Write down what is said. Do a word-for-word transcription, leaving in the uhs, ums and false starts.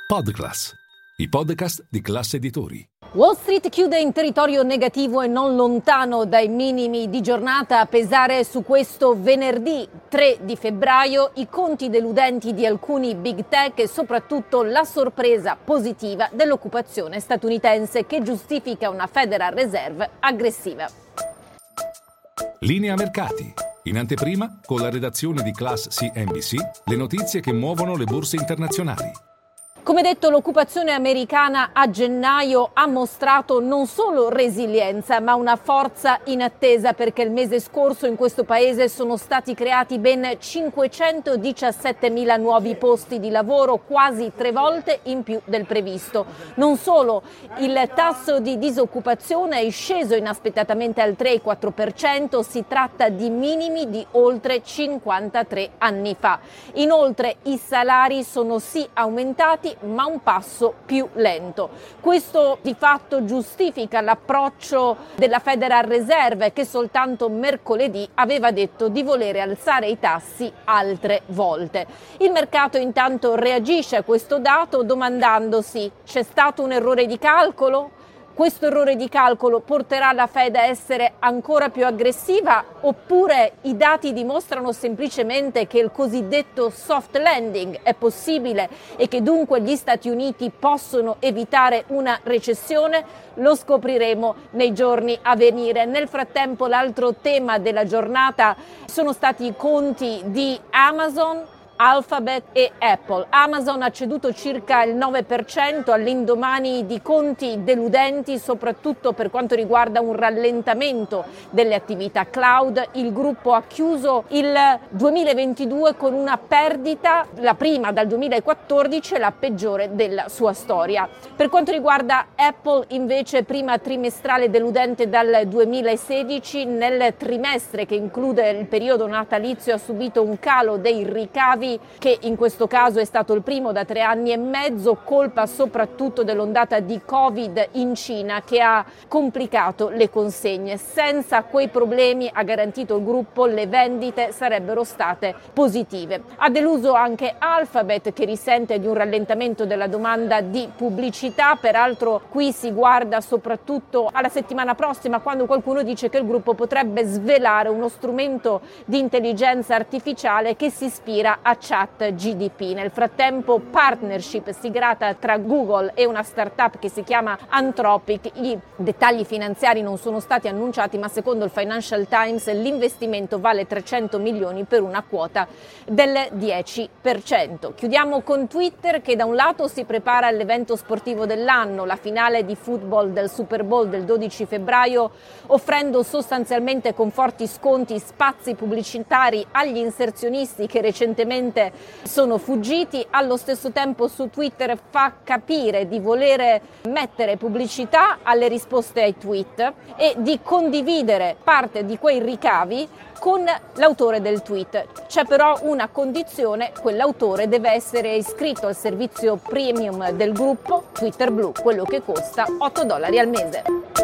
Podclass, i podcast di Class Editori. Wall Street chiude in territorio negativo e non lontano dai minimi di giornata. A pesare su questo venerdì tre di febbraio i conti deludenti di alcuni big tech e soprattutto la sorpresa positiva dell'occupazione statunitense che giustifica una Federal Reserve aggressiva. Linea mercati. In anteprima, con la redazione di Class C N B C, le notizie che muovono le borse internazionali. Come detto, l'occupazione americana a gennaio ha mostrato non solo resilienza, ma una forza inattesa, perché il mese scorso in questo paese sono stati creati ben cinquecentodiciassettemila nuovi posti di lavoro, quasi tre volte in più del previsto. Non solo, il tasso di disoccupazione è sceso inaspettatamente al tre virgola quattro per cento, si tratta di minimi di oltre cinquantatré anni fa. Inoltre i salari sono sì aumentati, ma un passo più lento. Questo di fatto giustifica l'approccio della Federal Reserve, che soltanto mercoledì aveva detto di volere alzare i tassi altre volte. Il mercato intanto reagisce a questo dato domandandosi: c'è stato un errore di calcolo? Questo errore di calcolo porterà la Fed a essere ancora più aggressiva, oppure i dati dimostrano semplicemente che il cosiddetto soft landing è possibile e che dunque gli Stati Uniti possono evitare una recessione? Lo scopriremo nei giorni a venire. Nel frattempo, l'altro tema della giornata sono stati i conti di Amazon, Alphabet e Apple. Amazon ha ceduto circa il nove per cento all'indomani di conti deludenti, soprattutto per quanto riguarda un rallentamento delle attività cloud. Il gruppo ha chiuso il duemilaventidue con una perdita, la prima dal duemilaquattordici e la peggiore della sua storia. Per quanto riguarda Apple, invece, prima trimestrale deludente dal duemilasedici, nel trimestre che include il periodo natalizio ha subito un calo dei ricavi che in questo caso è stato il primo da tre anni e mezzo, colpa soprattutto dell'ondata di Covid in Cina che ha complicato le consegne. Senza quei problemi, ha garantito il gruppo, le vendite sarebbero state positive. Ha deluso anche Alphabet, che risente di un rallentamento della domanda di pubblicità. Peraltro qui si guarda soprattutto alla settimana prossima, quando qualcuno dice che il gruppo potrebbe svelare uno strumento di intelligenza artificiale che si ispira a Chat G D P. Nel frattempo, partnership siglata tra Google e una startup che si chiama Anthropic. I dettagli finanziari non sono stati annunciati, ma secondo il Financial Times l'investimento vale trecento milioni per una quota del dieci per cento. Chiudiamo con Twitter, che da un lato si prepara all'evento sportivo dell'anno, la finale di football del Super Bowl del dodici febbraio, offrendo sostanzialmente con forti sconti spazi pubblicitari agli inserzionisti che recentemente sono fuggiti. Allo stesso tempo su Twitter fa capire di volere mettere pubblicità alle risposte ai tweet e di condividere parte di quei ricavi con l'autore del tweet. C'è però una condizione: quell'autore deve essere iscritto al servizio premium del gruppo Twitter Blue, quello che costa otto dollari al mese.